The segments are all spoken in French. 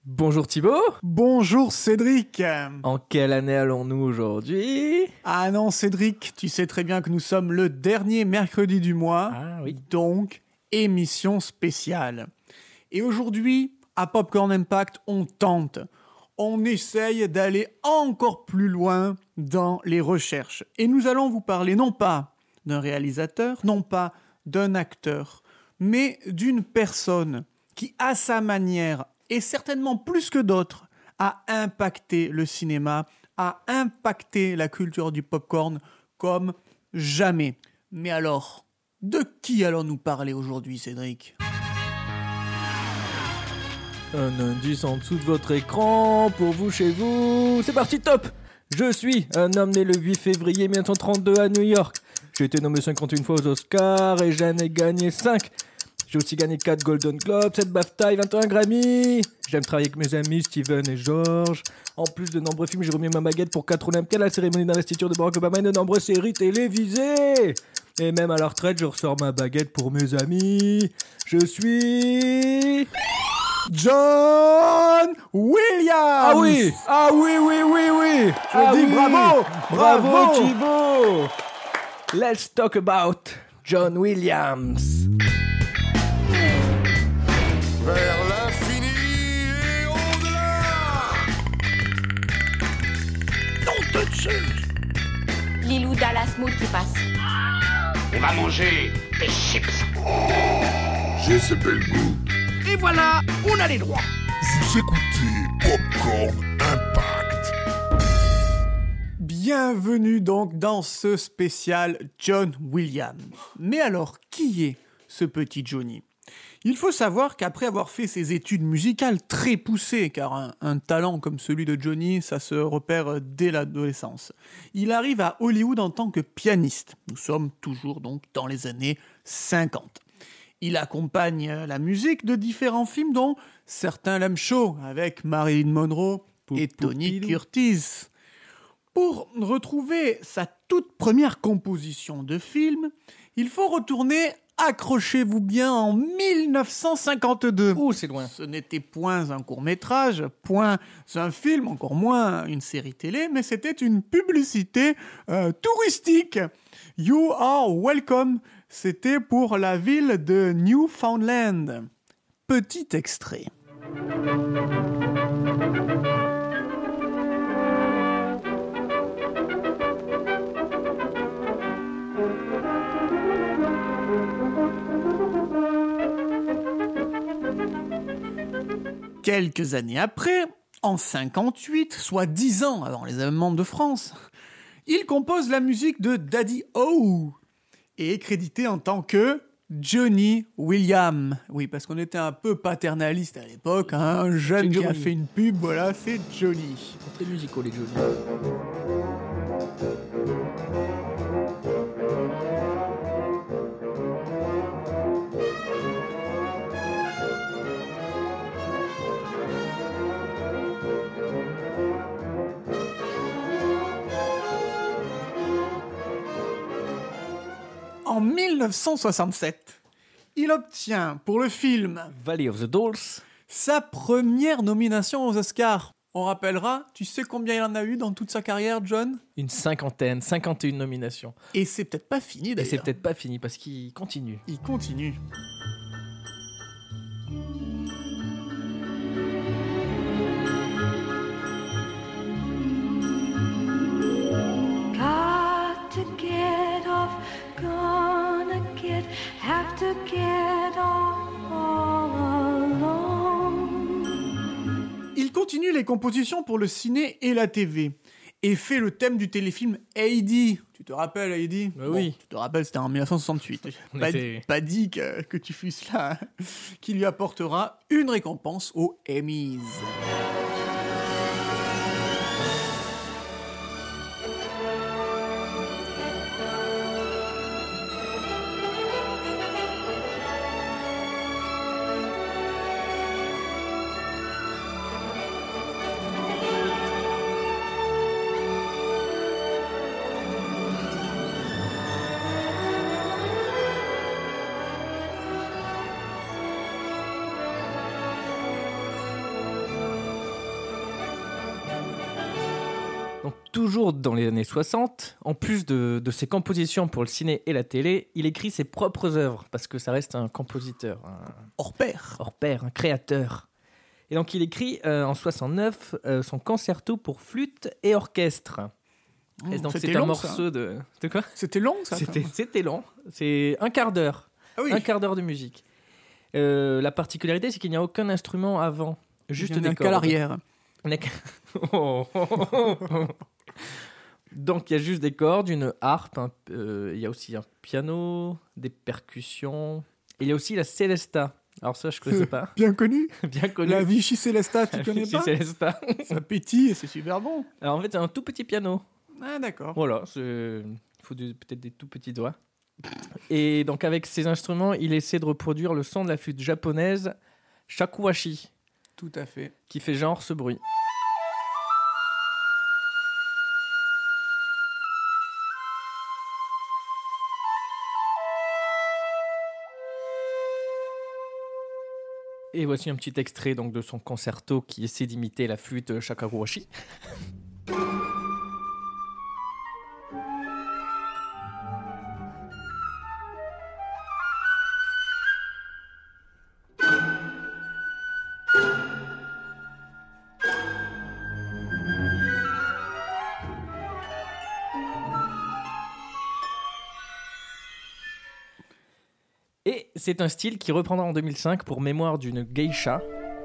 Bonjour Thibaut. Bonjour Cédric. En quelle année allons-nous aujourd'hui? Ah non Cédric, tu sais très bien que nous sommes le dernier mercredi du mois, donc émission spéciale. Et aujourd'hui, à Popcorn Impact, on tente, on essaye d'aller encore plus loin dans les recherches. Et nous allons vous parler non pas d'un réalisateur, non pas d'un acteur, mais d'une personne qui, à sa manière, et certainement plus que d'autres, a impacté le cinéma, a impacté la culture du popcorn comme jamais. Mais alors, de qui allons-nous parler aujourd'hui, Cédric ? Un indice en dessous de votre écran, pour vous chez vous. C'est parti, top! Je suis un homme né le 8 février 1932 à New York. J'ai été nommé 51 fois aux Oscars et j'en ai gagné 5. J'ai aussi gagné 4 Golden Globes, 7 BAFTA et 21 Grammy. J'aime travailler avec mes amis Steven et George. En plus de nombreux films, j'ai remis ma baguette pour 4 Olympiades, la cérémonie d'investiture de Barack Obama et de nombreuses séries télévisées. Et même à la retraite, je ressors ma baguette pour mes amis. Je suis... John Williams. Ah oui. Je dis bravo. Bravo Thibaut. Let's talk about John Williams. Vers l'infini et au-delà. Nom de Dieu. Lilou Dallas Mood qui passe. On va manger des chips. J'ai ce bel goût. Et voilà, on a les droits. Vous écoutez Popcorn Impact. Bienvenue donc dans ce spécial John Williams. Mais alors, qui est ce petit Johnny ? Il faut savoir qu'après avoir fait ses études musicales très poussées, car un talent comme celui de Johnny, ça se repère dès l'adolescence, il arrive à Hollywood en tant que pianiste. Nous sommes toujours donc dans les années 50. Il accompagne la musique de différents films dont certains l'aiment chaud, avec Marilyn Monroe et Tony Curtis. Pour retrouver sa toute première composition de film, il faut retourner, accrochez-vous bien, en 1952. Ouh, c'est loin. Ce n'était point un court-métrage, point un film, encore moins une série télé, mais c'était une publicité touristique. You are welcome. C'était pour la ville de Newfoundland. Petit extrait. Quelques années après, en 58, soit 10 ans avant les événements de France, il compose la musique de Daddy O et est crédité en tant que Johnny Williams. Oui, parce qu'on était un peu paternaliste à l'époque, hein, un jeune qui a fait une pub, voilà, c'est Johnny. Très musicaux les Johnny. En 1967, il obtient pour le film Valley of the Dolls. sa première nomination aux Oscars. On rappellera, tu sais combien il en a eu dans toute sa carrière, John ? Une 51 nominations. Et c'est peut-être pas fini Et d'ailleurs. c'est peut-être pas fini parce qu'il continue. Il continue. Got to get off, have to get off all alone. Il continue les compositions pour le ciné et la TV et fait le thème du téléfilm Heidi. Tu te rappelles Heidi ? Oui. Tu te rappelles, c'était en 1968. On Pas, était- pas dit que tu fusses là. Qui lui apportera une récompense aux Emmys. Donc toujours dans les années 60, en plus de ses compositions pour le ciné et la télé, il écrit ses propres œuvres, parce que ça reste un compositeur, Hors pair. hors pair, un créateur. Et donc il écrit en 69 son concerto pour flûte et orchestre. Et donc c'était c'est un long, morceau de quoi? C'était long, ça. C'était long, c'est un quart d'heure. Ah oui. Un quart d'heure de musique. La particularité, c'est qu'il n'y a aucun instrument avant, juste Il y en a des qu'à cordes. l'arrière. Oh. Donc il y a juste des cordes, une harpe, il y a aussi un piano, des percussions. Et il y a aussi la Celesta. Alors ça, je ne connaissais pas. Bien connu. Bien connu. La Vichy Celesta, tu connais Vichy pas Celesta. Ça pétille et c'est super bon. Alors en fait, c'est un tout petit piano. Ah, d'accord. Voilà, il faut peut-être des tout petits doigts. Et donc avec ces instruments, il essaie de reproduire le son de la flûte japonaise shakuhachi, Tout à fait. qui fait genre ce bruit. Et voici un petit extrait donc de son concerto qui essaie d'imiter la flûte shakuhachi. Et c'est un style qui reprendra en 2005 pour Mémoire d'une geisha.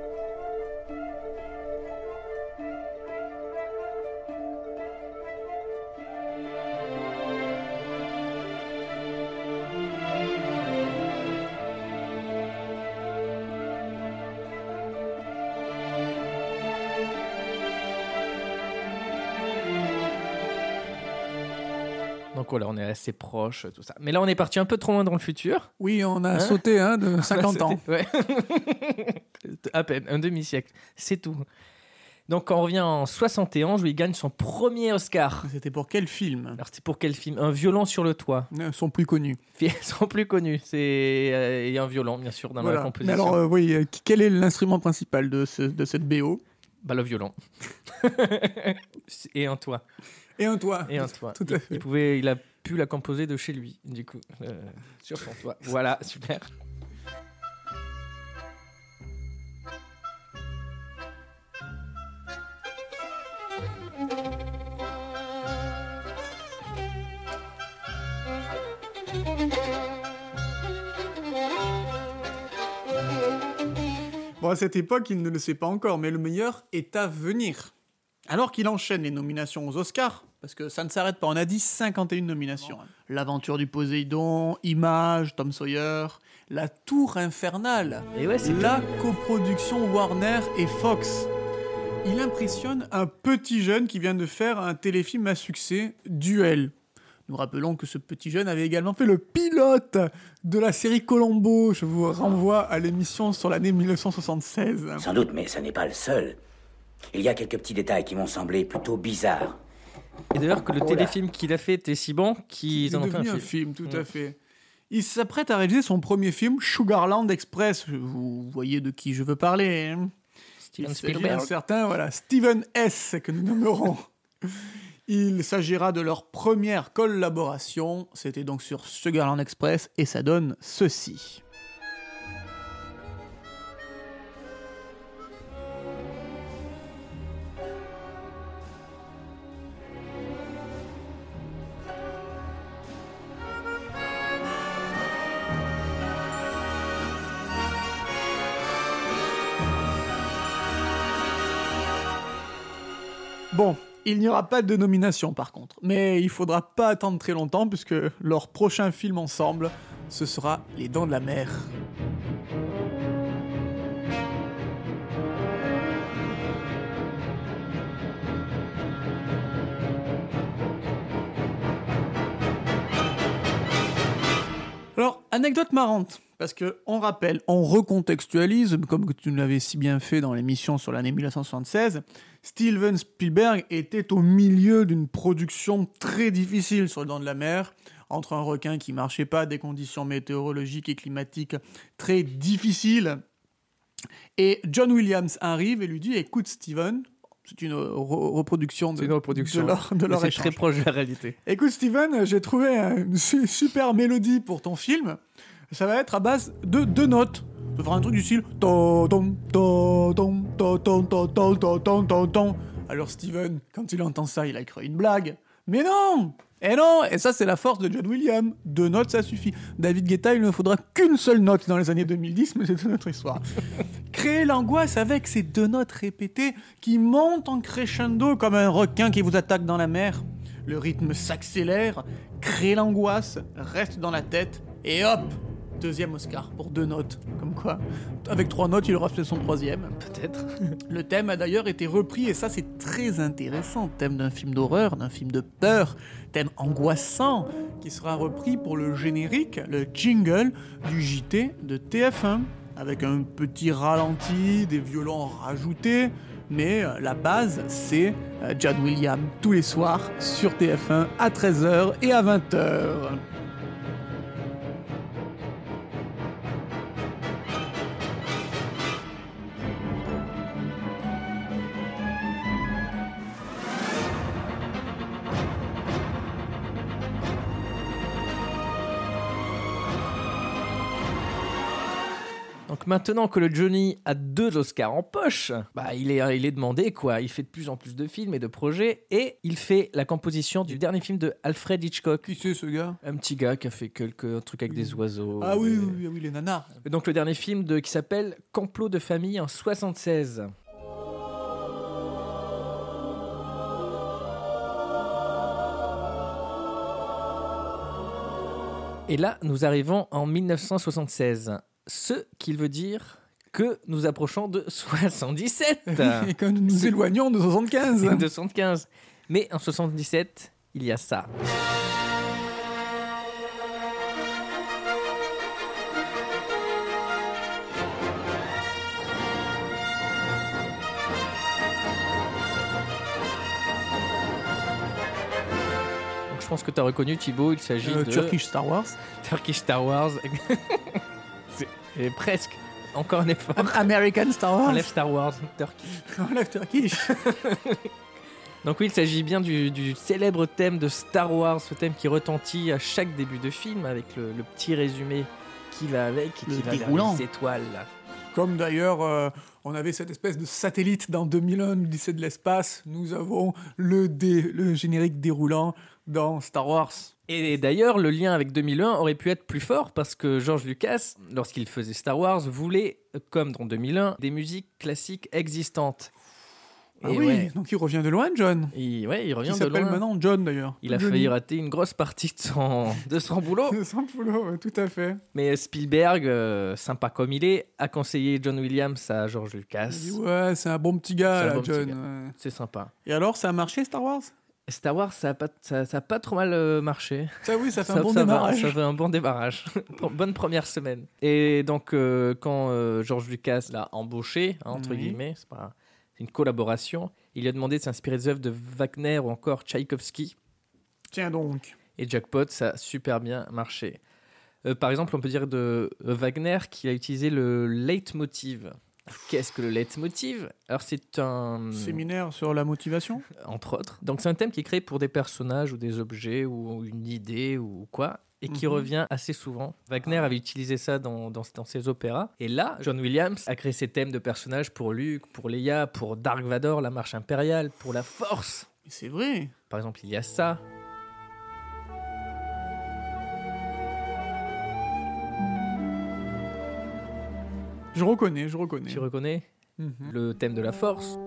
Donc voilà, on est assez proche, tout ça. Mais là, on est parti un peu trop loin dans le futur. Oui, on a Hein sauté de 50 ans. Ouais. À peine, un demi-siècle. C'est tout. Donc, on revient en 71 où il gagne son premier Oscar. C'était pour quel film? Alors, c'est pour quel film? Un violon sur le toit. Ils sont plus connus. Ils sont plus connus. Il y a un violon, bien sûr, dans la Voilà. Mais composition. alors, oui, quel est l'instrument principal de cette BO? Bah, le violon. Et un toit. Et un toit. Et un toit. Tout à fait. Il a pu la composer de chez lui, du coup, sur son toit. Voilà, super. Bon, à cette époque, il ne le sait pas encore, mais le meilleur est à venir. Alors qu'il enchaîne les nominations aux Oscars, parce que ça ne s'arrête pas, on a dit 51 nominations. L'aventure du Poséidon, Images, Tom Sawyer, La Tour Infernale, Et ouais, c'est la coproduction Warner et Fox. Il impressionne un petit jeune qui vient de faire un téléfilm à succès, Duel. Nous rappelons que ce petit jeune avait également fait le pilote de la série Colombo. Je vous renvoie à l'émission sur l'année 1976. Sans doute, mais ça n'est pas le seul. Il y a quelques petits détails qui m'ont semblé plutôt bizarres. Et d'ailleurs, que le téléfilm qu'il a fait était si bon qu'ils en ont fait devenu un un film. film, tout à fait. Il s'apprête à réaliser son premier film, Sugarland Express. Vous voyez de qui je veux parler. Hein. Steven Il s'agit d'un Spielberg. certain, voilà, Steven S. que nous nommerons. Il s'agira de leur première collaboration. C'était donc sur Sugarland Express et ça donne ceci. Bon, il n'y aura pas de nomination par contre, mais il faudra pas attendre très longtemps puisque leur prochain film ensemble, ce sera Les Dents de la Mer. Alors, anecdote marrante, parce que on rappelle, on recontextualise, comme tu l'avais si bien fait dans l'émission sur l'année 1976, Steven Spielberg était au milieu d'une production très difficile sur Les Dents de la Mer, entre un requin qui marchait pas, des conditions météorologiques et climatiques très difficiles. Et John Williams arrive et lui dit « Écoute Steven, C'est une reproduction C'est une reproduction. de leur C'est très échange. proche de la réalité. Écoute Steven, j'ai trouvé une super mélodie pour ton film. Ça va être à base de 2 notes. Ça fera un truc du style ton ton ton ton ton ton ton ton ton ton ton. Alors Steven, quand il entend ça, il a cru une blague. Mais non! Et non! Et ça, c'est la force de John Williams. 2 notes, ça suffit. David Guetta, il ne faudra qu'une seule note dans les années 2010, mais c'est une autre histoire. Créer l'angoisse avec ces 2 notes répétées qui montent en crescendo comme un requin qui vous attaque dans la mer. Le rythme s'accélère, crée l'angoisse, reste dans la tête, et hop! 2e Oscar pour 2 notes. Comme quoi, avec 3 notes, il aura fait son 3e. Peut-être. Le thème a d'ailleurs été repris, et ça c'est très intéressant, thème d'un film d'horreur, d'un film de peur, thème angoissant, qui sera repris pour le générique, le jingle du JT de TF1, avec un petit ralenti, des violons rajoutés, mais la base c'est John Williams tous les soirs sur TF1 à 13h et à 20h. Donc maintenant que le Johnny a 2 Oscars en poche, bah il est demandé quoi. Il fait de plus en plus de films et de projets et il fait la composition du dernier film de Alfred Hitchcock. Qui c'est ce gars? Un petit gars qui a fait quelques trucs avec des oiseaux. Ah oui, oui, oui, les nanas. Et donc le dernier film qui s'appelle Complot de famille en 76. Et là, nous arrivons en 1976. Ce qui veut dire que nous approchons de 77. Et que nous nous éloignons de 75. De 75. Mais en 77, il y a ça. Donc, je pense que tu as reconnu, Thibaut, il s'agit de Turkish Star Wars. Turkish Star Wars. Presque. Encore un effort. American Star Wars. Enlève Star Wars, Turkey. Enlève Turkish. Donc oui, il s'agit bien du célèbre thème de Star Wars, ce thème qui retentit à chaque début de film avec le petit résumé qui va avec et qui Le va vers déroulant. les étoiles. Comme d'ailleurs, on avait cette espèce de satellite dans 2001, l'Odyssée de l'espace. Nous avons le générique déroulant dans Star Wars. Et d'ailleurs, le lien avec 2001 aurait pu être plus fort parce que George Lucas, lorsqu'il faisait Star Wars, voulait, comme dans 2001, des musiques classiques existantes. Ah Et oui, ouais, donc il revient de loin, John. il revient Il de s'appelle loin. maintenant John, d'ailleurs. Il a Johnny. failli rater une grosse partie de son boulot. Sans boulot, tout à fait. Mais Spielberg, sympa comme il est, a conseillé John Williams à George Lucas. Il dit, ouais, c'est un bon petit gars, C'est un là, bon petit John. gars. Ouais. C'est sympa. Et alors, ça a marché, Star Wars? Star Wars, ça a pas trop mal marché. Ça, oui, ça fait un bon va, démarrage. ça fait un bon démarrage. Bonne première semaine. Et donc, quand George Lucas l'a embauché, entre Oui. guillemets, c'est une collaboration, il lui a demandé de s'inspirer des œuvres de Wagner ou encore Tchaïkovski. Tiens donc. Et Jackpot, ça a super bien marché. Par exemple, on peut dire de Wagner qu'il a utilisé le leitmotiv. Qu'est-ce que le leitmotiv? Alors, c'est un... Séminaire sur la motivation. entre autres. Donc c'est un thème qui est créé pour des personnages ou des objets ou une idée ou quoi, et qui revient assez souvent. Wagner avait utilisé ça dans ses opéras. Et là, John Williams a créé ces thèmes de personnages pour Luke, pour Leia, pour Dark Vador, la marche impériale, pour la Force. Mais c'est vrai. Par exemple, il y a ça. Je reconnais. Tu reconnais Mhm. le thème de la Force?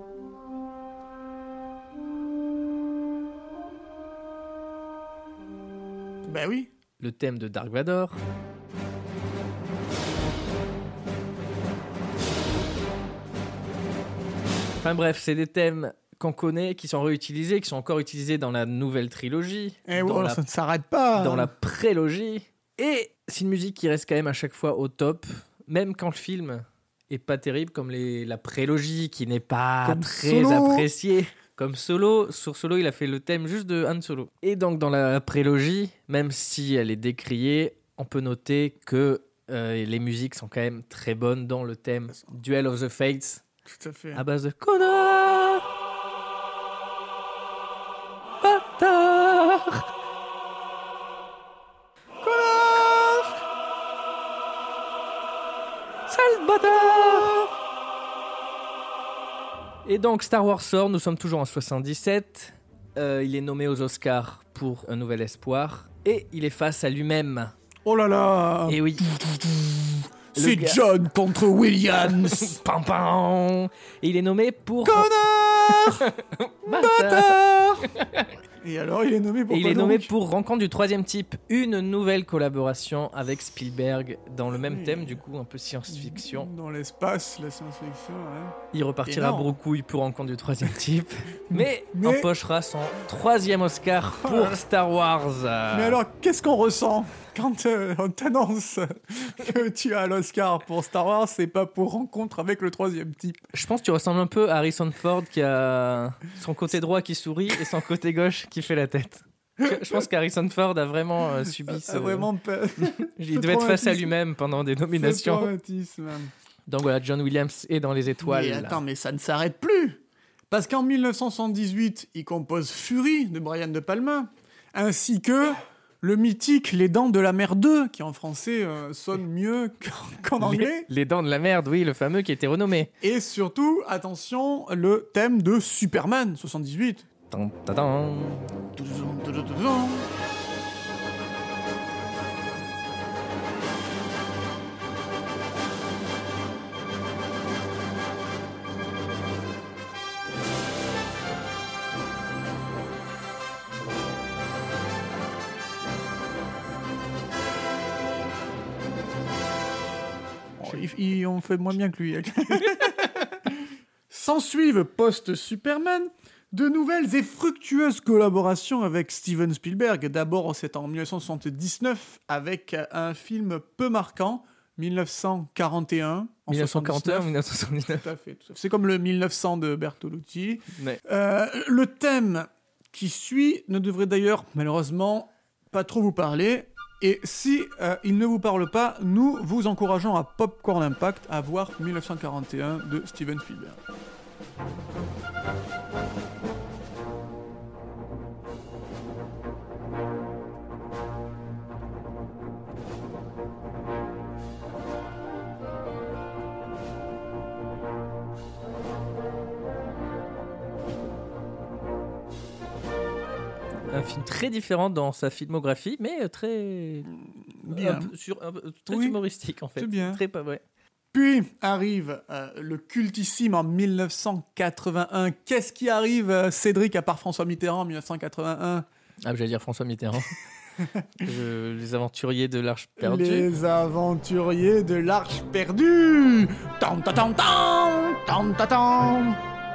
Bah oui. Le thème de Dark Vador? Enfin bref, c'est des thèmes qu'on connaît, qui sont réutilisés, qui sont encore utilisés dans la nouvelle trilogie, Et dans, bon, la, ça ne s'arrête pas. dans la prélogie. Et c'est une musique qui reste quand même à chaque fois au top, même quand le film est pas terrible, comme la prélogie qui n'est pas Comme très Solo. appréciée. Comme Solo, sur Solo, il a fait le thème juste de Han Solo. Et donc dans la prélogie, même si elle est décriée, on peut noter que les musiques sont quand même très bonnes dans le thème Duel of the Fates, Tout à fait. à base de Connor. Et donc Star Wars sort, nous sommes toujours en 77. Il est nommé aux Oscars pour Un Nouvel Espoir. Et il est face à lui-même. Oh là là. Et oui. C'est gars- John contre Williams. Pam, pam. Et il est nommé pour... Connard. Bâtard. Et alors, il est nommé pour Et il quoi est nommé donc pour Rencontre du troisième type, une nouvelle collaboration avec Spielberg dans le même Oui. thème, du coup, un peu science-fiction. Dans l'espace, la science-fiction, hein. Il repartira Énorme. brocouille pour Rencontre du troisième type, mais Mais- empochera son troisième Oscar pour Star Wars. Mais alors, qu'est-ce qu'on ressent quand on t'annonce que tu as l'Oscar pour Star Wars, c'est pas pour Rencontre avec le troisième type. Je pense que tu ressembles un peu à Harrison Ford qui a son côté droit qui sourit et son côté gauche qui fait la tête. Je pense qu'Harrison Ford a vraiment subi ce... Vraiment pas. Il devait être face à lui-même pendant des Ce nominations. traumatisme. Donc voilà, John Williams est dans les étoiles. Mais attends, mais ça ne s'arrête plus. Parce qu'en 1978, il compose Fury de Brian De Palma, ainsi que le mythique Les Dents de la Mer 2, qui en français sonne mieux qu'en anglais. Les dents de la merde, oui, le fameux qui a été renommé. Et surtout, attention, le thème de Superman 78. Tan, tan, tan. On fait moins bien que lui. S'ensuivent post-Superman de nouvelles et fructueuses collaborations avec Steven Spielberg. D'abord, c'est en 1979 avec un film peu marquant, 1941. En 1941, 79. 1979. Tout à fait. C'est comme le 1900 de Bertolucci. Ouais. Le thème qui suit ne devrait d'ailleurs, malheureusement, pas trop vous parler. Et si il ne vous parle pas, nous vous encourageons à Popcorn Impact à voir 1941 de Steven Spielberg. Un film très différent dans sa filmographie, mais très Bien. très Oui, humoristique en fait. c'est bien. Très pas vrai. Puis arrive le cultissime en 1981. Qu'est-ce qui arrive, Cédric, à part François Mitterrand en 1981 Ah, j'allais dire François Mitterrand. Les aventuriers de l'Arche perdue. Les aventuriers de l'Arche perdue. Tam ta tam tam tam ta tam.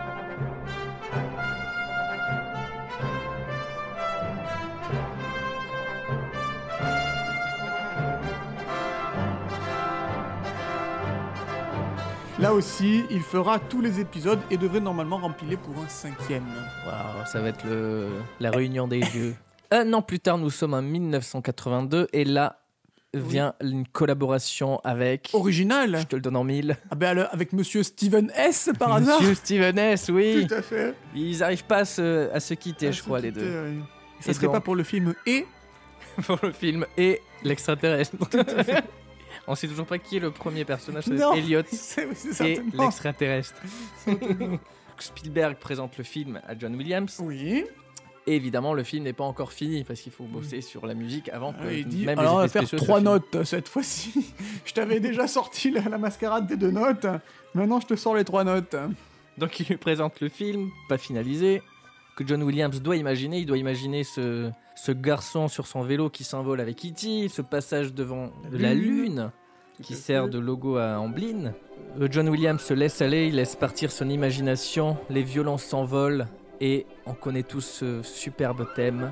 Là aussi, il fera tous les épisodes et devrait normalement rempiler pour un 5e. Waouh, ça va être la réunion des dieux. Un an plus tard, nous sommes en 1982 et là vient une collaboration avec... Original. Je te le donne en mille. Ah ben avec Monsieur Steven S par hasard. Monsieur Steven S, oui. Tout à fait. Ils n'arrivent pas à se quitter, je crois, les deux. Ça Et serait donc- pas pour le film Et Pour le film et l'extraterrestre. On sait toujours pas qui est le premier personnage, c'est Non. Elliot c'est et certainement. l'extraterrestre. Spielberg présente le film à John Williams. Oui. Et évidemment, le film n'est pas encore fini parce qu'il faut bosser sur la musique avant que Il dit, même alors on les va effets faire spéciaux 3 soient finis. notes cette fois-ci. Je t'avais déjà sorti la mascarade des 2 notes. Maintenant, je te sors les 3 notes. Donc il lui présente le film, pas finalisé, que John Williams doit imaginer. Il doit imaginer ce garçon sur son vélo qui s'envole avec E.T., ce passage devant la Lune qui sert de logo à Amblin. John Williams se laisse aller, il laisse partir son imagination, les violons s'envolent et on connaît tous ce superbe thème.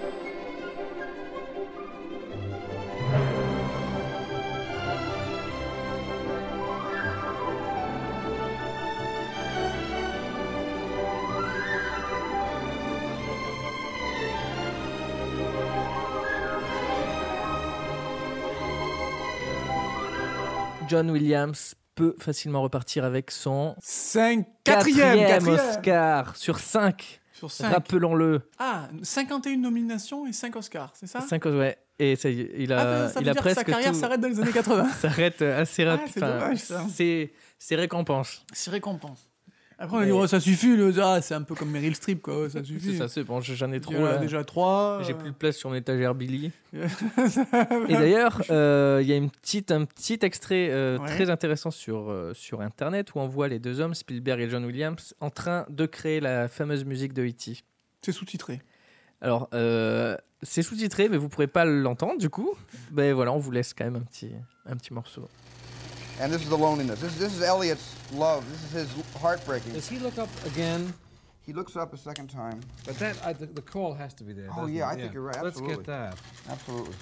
John Williams peut facilement repartir avec son 4e Oscar sur 5. sur 5. Rappelons-le. Ah, 51 nominations et 5 Oscars, c'est ça 5, ouais. Et ça, y est, il a, ça veut il a dire que sa presque carrière tout. s'arrête dans les années 80. S'arrête assez Ah, rapide. c'est dommage, ça. C'est récompense. C'est récompense. Après, on a dit, oh, ça suffit, c'est un peu comme Meryl Streep, quoi. Ça suffit. C'est ça, c'est bon, j'en ai trop. Il y en a Là. déjà 3. J'ai plus de place sur mon étagère Billy. Et d'ailleurs, il y a un petit extrait très intéressant sur Internet où on voit les deux hommes, Spielberg et John Williams, en train de créer la fameuse musique de E.T. C'est sous-titré. Alors, c'est sous-titré, mais vous pourrez pas l'entendre du coup. Ben voilà, on vous laisse quand même un petit morceau. And this is the loneliness. This is Elliot's love. This is his heartbreaking. Does he look up again? He looks up a second time. But that the call has to be there. Oh yeah, I think you're right. Let's Absolutely. get that. Absolutely.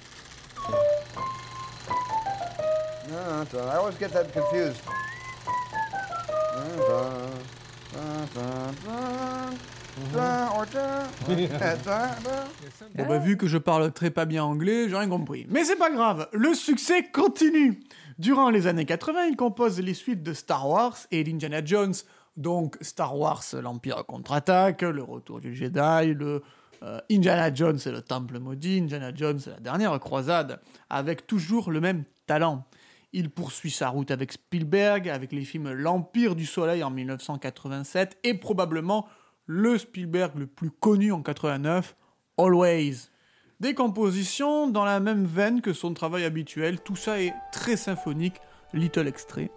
No, I always get that confused. Bon bah vu que je parle très pas bien anglais, j'ai rien compris. Mais c'est pas grave, le succès continue. Durant les années 80, il compose les suites de Star Wars et d'Indiana Jones. Donc Star Wars, l'Empire contre-attaque, le Retour du Jedi, Indiana Jones et le Temple maudit, Indiana Jones et la dernière croisade, avec toujours le même talent. Il poursuit sa route avec Spielberg, avec les films L'Empire du Soleil en 1987 et probablement le Spielberg le plus connu en 89, Always. Des compositions dans la même veine que son travail habituel, tout ça est très symphonique, little extrait.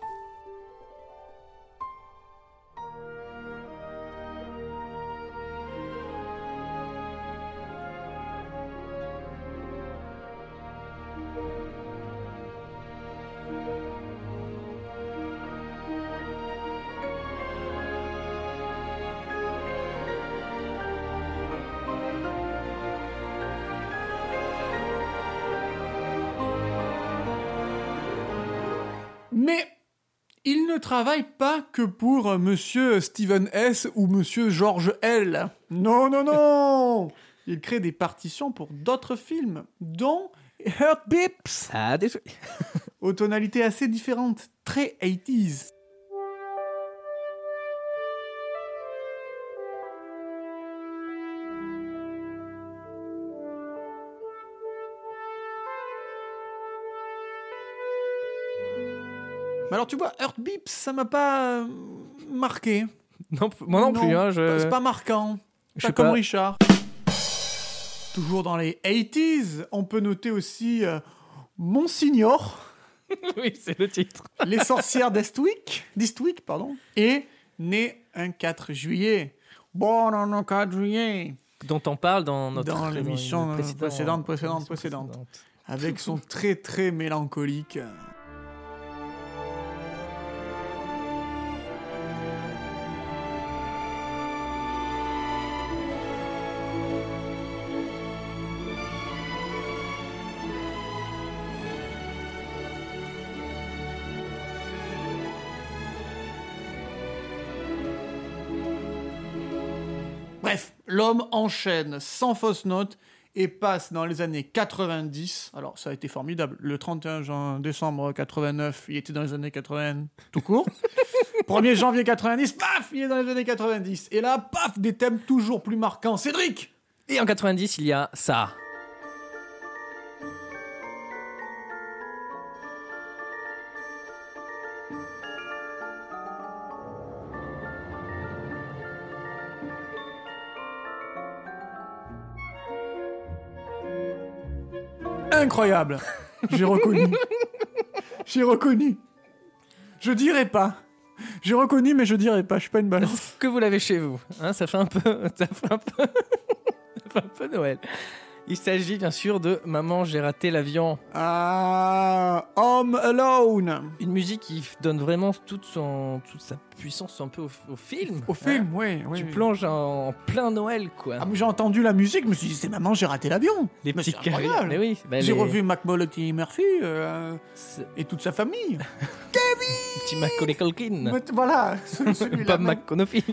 Mais il ne travaille pas que pour Monsieur Stephen S. ou Monsieur George L. Non, non, non. Il crée des partitions pour d'autres films, dont Heart Beeps. Ah, désolé. Aux tonalités assez différentes, très 80s. Mais alors tu vois, Heart Beeps, ça m'a pas marqué. Non, moi non plus. Hein, C'est pas marquant. Je Pas sais comme pas. Richard. Toujours dans les 80s, on peut noter aussi Monsignor, Oui, c'est le titre. Les sorcières d'Eastwick, pardon, et Né un 4 juillet. Bon, non, non, 4 juillet. Dont on parle dans notre l'émission précédente. précédente. Avec son très très mélancolique. Bref, l'homme enchaîne sans fausse note et passe dans les années 90. Alors, ça a été formidable. Le 31 décembre 89, il était dans les années 80 tout court. 1er janvier 90, paf, il est dans les années 90. Et là, paf, des thèmes toujours plus marquants. Cédric! Et en 90, il y a ça. Incroyable. J'ai reconnu. Je dirais pas. J'ai reconnu, mais je dirais pas. Je suis pas une balance. Que vous l'avez chez vous. Hein, ça fait un peu Noël. Il s'agit bien sûr de Maman, j'ai raté l'avion. Ah, Home Alone. Une musique qui donne vraiment toute sa puissance un peu au film. Au film, oui. Tu plonges en plein Noël, quoi. Ah, mais j'ai entendu la musique, je me suis dit, c'est Maman, j'ai raté l'avion. Les Mais petits c'est incroyable. carrés. Mais oui. Bah, J'ai revu Macaulay Murphy et toute sa famille. Petit Macaulay Culkin. Voilà, celui-là. Pas McConaughey.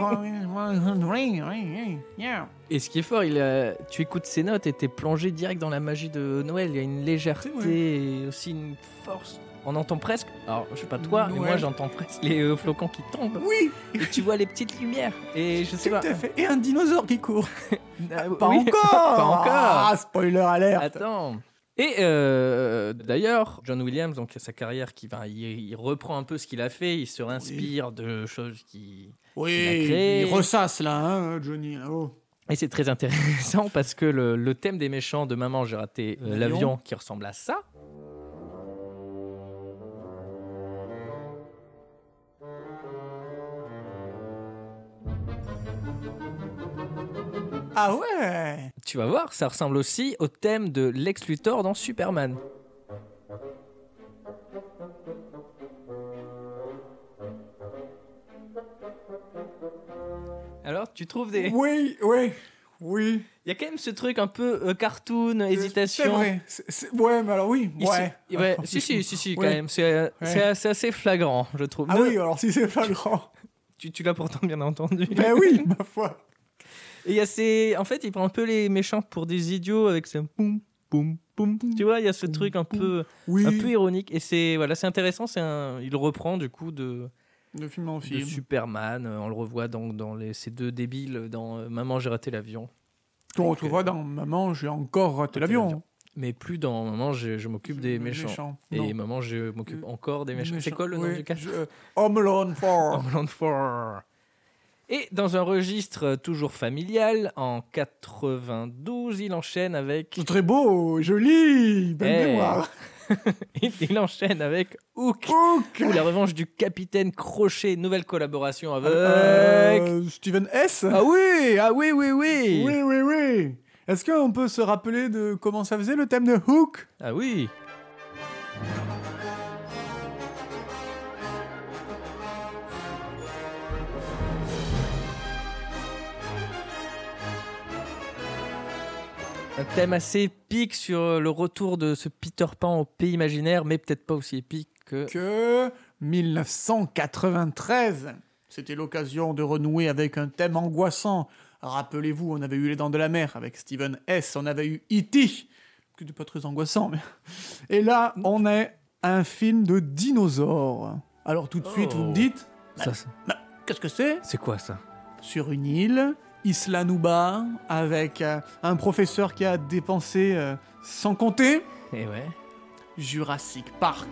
Yeah. Et ce qui est fort, tu écoutes ses notes et t'es plongé direct dans la magie de Noël. Il y a une légèreté et aussi une force. On entend presque, alors je sais pas toi, mais moi j'entends presque les flocons qui tombent. Oui. Et tu vois les petites lumières. Et je sais Tout pas. à fait. Et un dinosaure qui court. Pas Pas encore. Pas encore. Ah, spoiler alert. Attends. Et d'ailleurs, John Williams, donc sa carrière, il reprend un peu ce qu'il a fait, il se réinspire de choses qu'il a créées. Il ressasse là, hein, Johnny. Oh. Et c'est très intéressant parce que le thème des méchants de Maman, j'ai raté l'avion qui ressemble à ça. Ah ouais. Tu vas voir, ça ressemble aussi au thème de Lex Luthor dans Superman. Alors, tu trouves des... Oui. Il y a quand même ce truc un peu cartoon, hésitation. C'est vrai. Ouais, mais alors oui. Ouais. Si, quand même. C'est assez flagrant, je trouve. Ah oui, alors si c'est flagrant. Tu l'as pourtant bien entendu. Ben oui, ma foi. Et il y a en fait, il prend un peu les méchants pour des idiots avec ce boum, boum, boum. Tu vois, il y a ce truc un peu ironique. Et c'est intéressant. Il reprend du coup de film en film. De Superman. On le revoit dans ces deux débiles dans Maman, j'ai raté l'avion. On retrouvera dans Maman, j'ai encore raté l'avion. Mais plus dans Maman, je m'occupe des méchants. Et Maman, je m'occupe encore des méchants. C'est quoi le nom du cas Home Alone 4. Home Alone 4. Et dans un registre toujours familial, en 92, il enchaîne avec... Très beau, joli, belle mémoire. Il enchaîne avec Hook, ou la revanche du capitaine Crochet, nouvelle collaboration avec... Steven S. Ah oui. Oui. Est-ce qu'on peut se rappeler de comment ça faisait le thème de Hook? Ah oui. Un thème assez épique sur le retour de ce Peter Pan au pays imaginaire, mais peut-être pas aussi épique que 1993. C'était l'occasion de renouer avec un thème angoissant. Rappelez-vous, on avait eu Les Dents de la Mer avec Steven S. On avait eu E.T., qui n'était pas très angoissant. Mais... Et là, on est un film de dinosaures. Alors tout de suite, vous me dites... qu'est-ce que c'est? C'est quoi ça? Sur une île... Isla Nublar, avec un professeur qui a dépensé sans compter. Et ouais. Jurassic Park.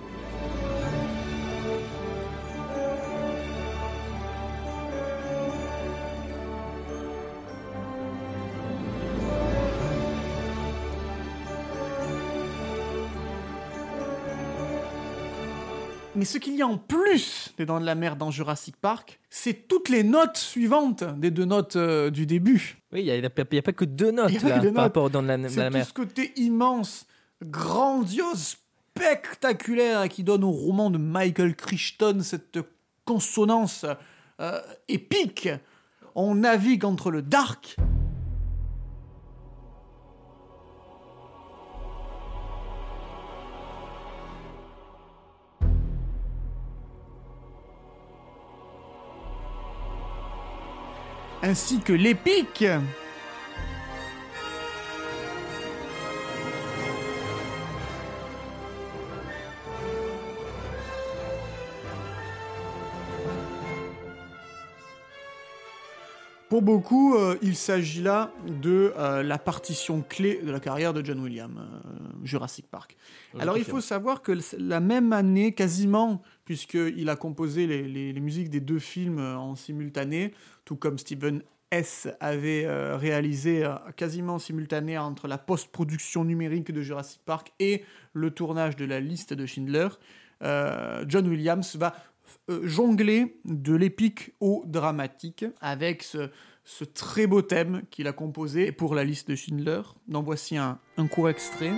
Mais ce qu'il y a en plus des Dents de la Mer dans Jurassic Park, c'est toutes les notes suivantes des deux notes du début. Oui, il n'y a pas que deux notes là, par rapport aux Dents de la Mer. C'est tout ce côté immense, grandiose, spectaculaire qui donne au roman de Michael Crichton cette consonance épique. On navigue entre le dark... ainsi que l'épique. Pour beaucoup, il s'agit là de la partition clé de la carrière de John Williams, Jurassic Park. Alors il faut savoir que la même année, quasiment, puisqu'il a composé les musiques des deux films en simultané, tout comme Steven S. avait réalisé quasiment simultané entre la post-production numérique de Jurassic Park et le tournage de la liste de Schindler, John Williams va jongler de l'épique au dramatique avec ce très beau thème qu'il a composé pour la liste de Schindler. Donc voici un court extrait.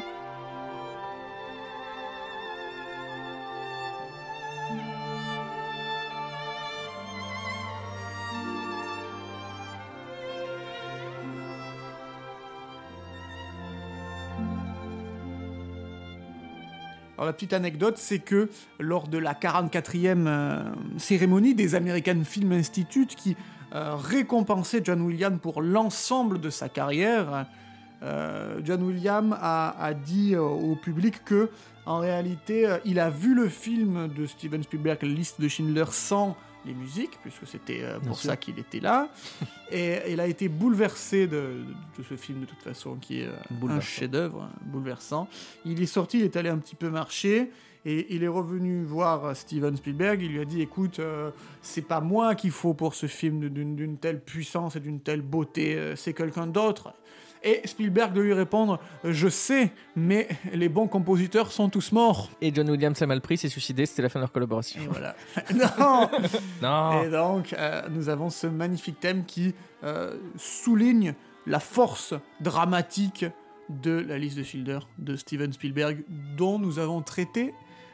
Alors la petite anecdote, c'est que lors de la 44e cérémonie des American Film Institute, qui récompensait John Williams pour l'ensemble de sa carrière, John Williams a dit au public que, en réalité, il a vu le film de Steven Spielberg, La liste de Schindler, sans les musiques, puisque c'était pour sûr. ça qu'il était là. Et il a été bouleversé de ce film, de toute façon, qui est un Bouleversant. chef-d'œuvre, bouleversant. Il est sorti, il est allé un petit peu marcher, et il est revenu voir Steven Spielberg. Il lui a dit, écoute, c'est pas moi qu'il faut pour ce film d'une telle puissance et d'une telle beauté, c'est quelqu'un d'autre. Et Spielberg de lui répondre, je sais, mais les bons compositeurs sont tous morts. Et John Williams a mal pris, s'est suicidé, c'était la fin de leur collaboration. Et voilà. Non. Non. Et donc, nous avons ce magnifique thème qui souligne la force dramatique de la liste de Schindler de Steven Spielberg, dont nous avons traité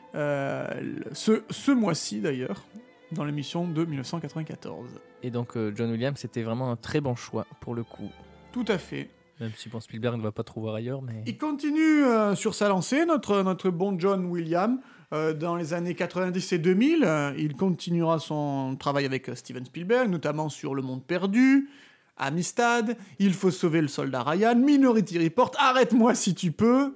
ce mois-ci d'ailleurs, dans l'émission de 1994. Et donc John Williams, c'était vraiment un très bon choix pour le coup. Tout à fait. Même si bon, Spielberg ne va pas trop voir ailleurs, mais... Il continue sur sa lancée, notre bon John Williams. Dans les années 90 et 2000, il continuera son travail avec Steven Spielberg, notamment sur Le Monde Perdu, Amistad, Il faut sauver le soldat Ryan, Minority Report, Arrête-moi si tu peux.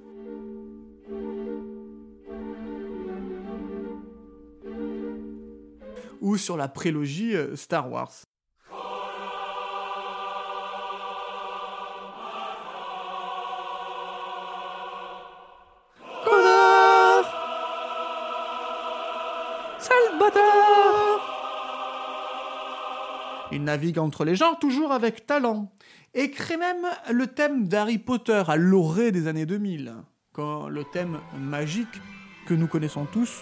Ou sur la prélogie Star Wars. Sale bâtard! Il navigue entre les genres, toujours avec talent. Et crée même le thème d'Harry Potter à l'orée des années 2000. Quand le thème magique que nous connaissons tous.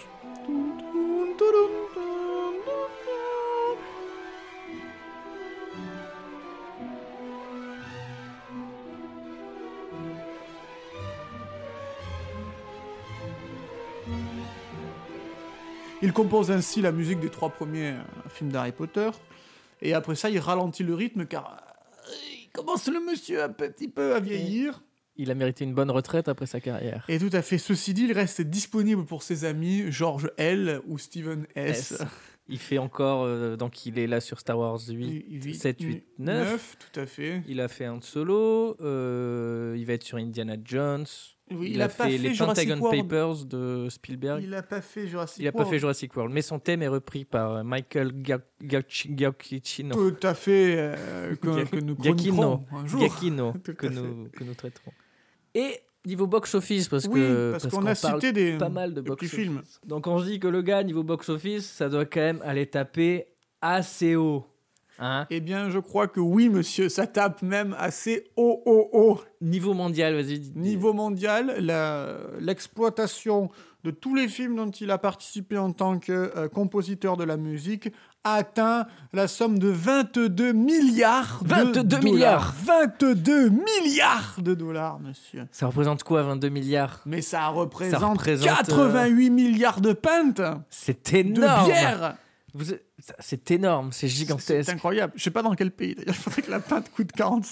Il compose ainsi la musique des 3 premiers films d'Harry Potter. Et après ça, il ralentit le rythme car il commence le monsieur un petit peu à vieillir. Il a mérité une bonne retraite après sa carrière. Et tout à fait. Ceci dit, il reste disponible pour ses amis George L. ou Steven S. Il fait encore... donc il est là sur Star Wars 8, 7, 8, 9. Tout à fait. Il a fait un solo. Il va être sur Indiana Jones. Oui, il a pas fait les Jurassic Pentagon World. Papers de Spielberg. Il n'a pas fait Jurassic Il n'a World. pas fait Jurassic World, mais son thème est repris par Michael Giacchino. Tout à fait, que nous chroniquerons un jour. Giacchino, Tout que à fait. nous traiterons. Et niveau box-office, parce qu'on a parle cité des pas mal de petits box-office. films. Donc on se dit que le gars, niveau box-office, ça doit quand même aller taper assez haut. Hein? Eh bien, je crois que oui, monsieur, ça tape même assez haut. Niveau mondial, vas-y. Niveau mondial, l'exploitation de tous les films dont il a participé en tant que compositeur de la musique a atteint la somme de 22 milliards de 22 dollars. milliards 22 milliards de dollars, monsieur. Ça représente quoi, 22 milliards? Mais ça représente 88 88 milliards de pintes C'est de énorme. bière. C'est énorme, c'est gigantesque. C'est incroyable. Je sais pas dans quel pays. D'ailleurs, il faudrait que la pinte coûte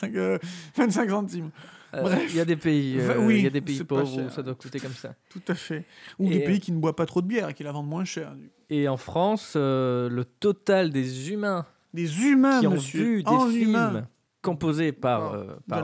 25 centimes. Bref. Il y a des pays, Oui, il y a des pays c'est pas pauvres cher. où ça doit coûter comme ça. Tout à fait. Ou des pays qui ne boivent pas trop de bière et qui la vendent moins cher. Et en France, le total des humains Des humains, qui ont monsieur. vu des En films humain. composés par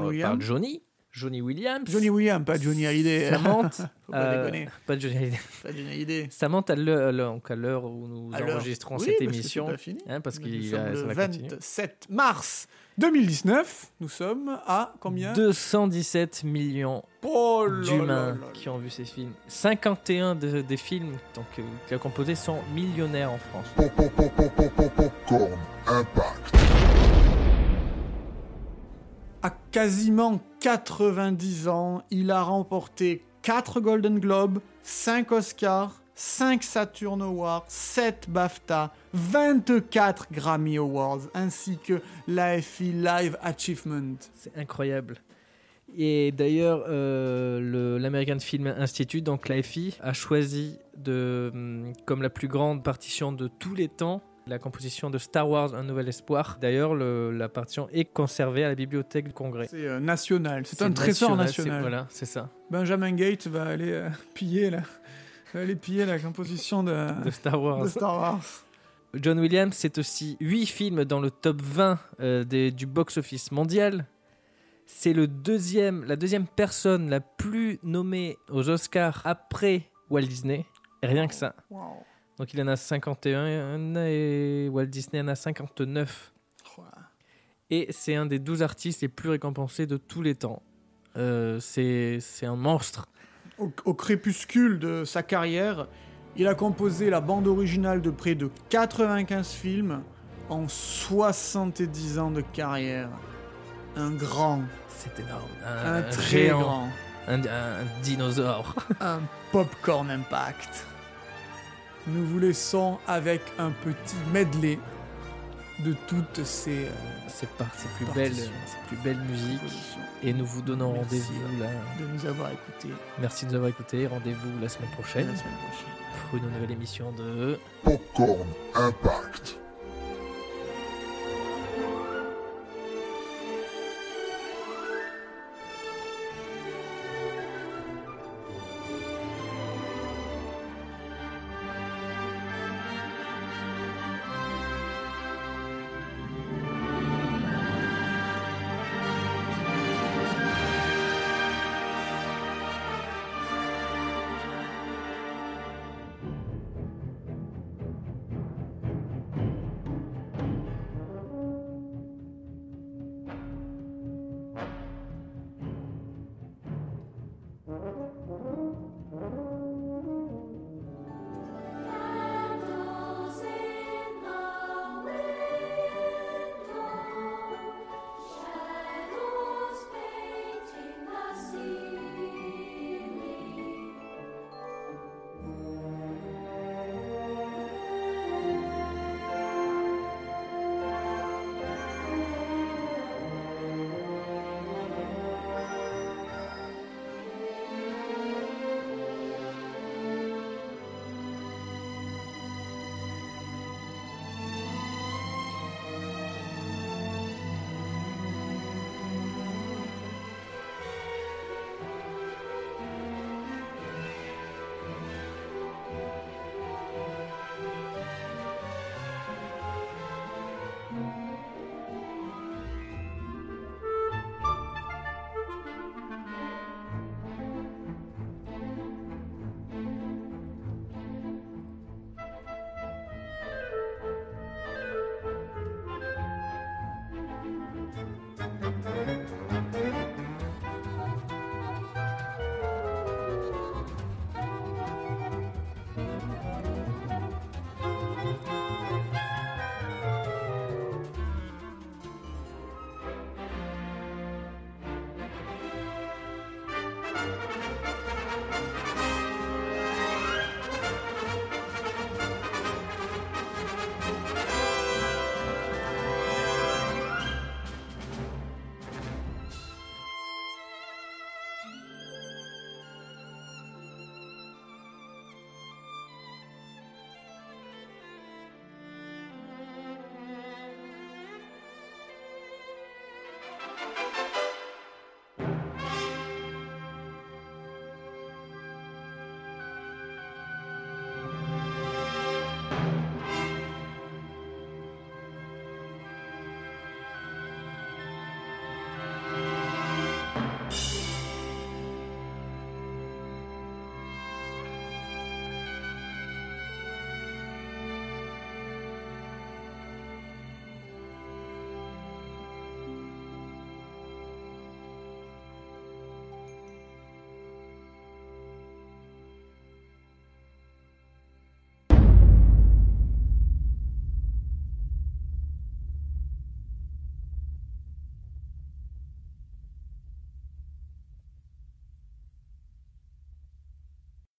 Johnny Williams. Johnny Williams, pas Johnny Hallyday. Ça monte. Faut pas déconner. Pas Johnny Hallyday. Pas Johnny Hallyday. Ça monte à l'heure où nous enregistrons Oui, cette parce que émission. c'est pas fini. Parce Nous qu'il sommes ça le va continuer. 27 mars 2019. Nous sommes à combien 217 millions Oh là là d'humains là qui ont vu ces films. 51 des films qu'il a composés sont millionnaires en France. Popcorn Impact. À quasiment 90 ans, il a remporté 4 Golden Globes, 5 Oscars, 5 Saturn Awards, 7 BAFTA, 24 Grammy Awards, ainsi que l'AFI Live Achievement. C'est incroyable. Et d'ailleurs, l'American Film Institute, donc l'AFI, a choisi comme la plus grande partition de tous les temps la composition de Star Wars Un Nouvel Espoir. D'ailleurs, la partition est conservée à la bibliothèque du Congrès. C'est national, c'est un trésor national. Voilà, c'est ça. Benjamin Gates va aller piller la composition de Star Wars. de Star Wars. John Williams, c'est aussi 8 films dans le top 20 du box-office mondial. C'est la deuxième personne la plus nommée aux Oscars après Walt Disney. Rien que ça. Wow. Donc il en a 51 et Walt Disney en a 59. Et c'est un des 12 artistes les plus récompensés de tous les temps. C'est un monstre. Au crépuscule de sa carrière, il a composé la bande originale de près de 95 films en 70 ans de carrière. Un grand. C'est énorme. Un très géant. grand. Un dinosaure. Un popcorn impact. Nous vous laissons avec un petit medley de toutes ces ses plus belles musiques. Et nous vous donnons Merci rendez-vous là. de nous avoir écoutés. Merci de nous avoir écoutés. Rendez-vous la semaine prochaine pour une nouvelle émission de Popcorn Impact.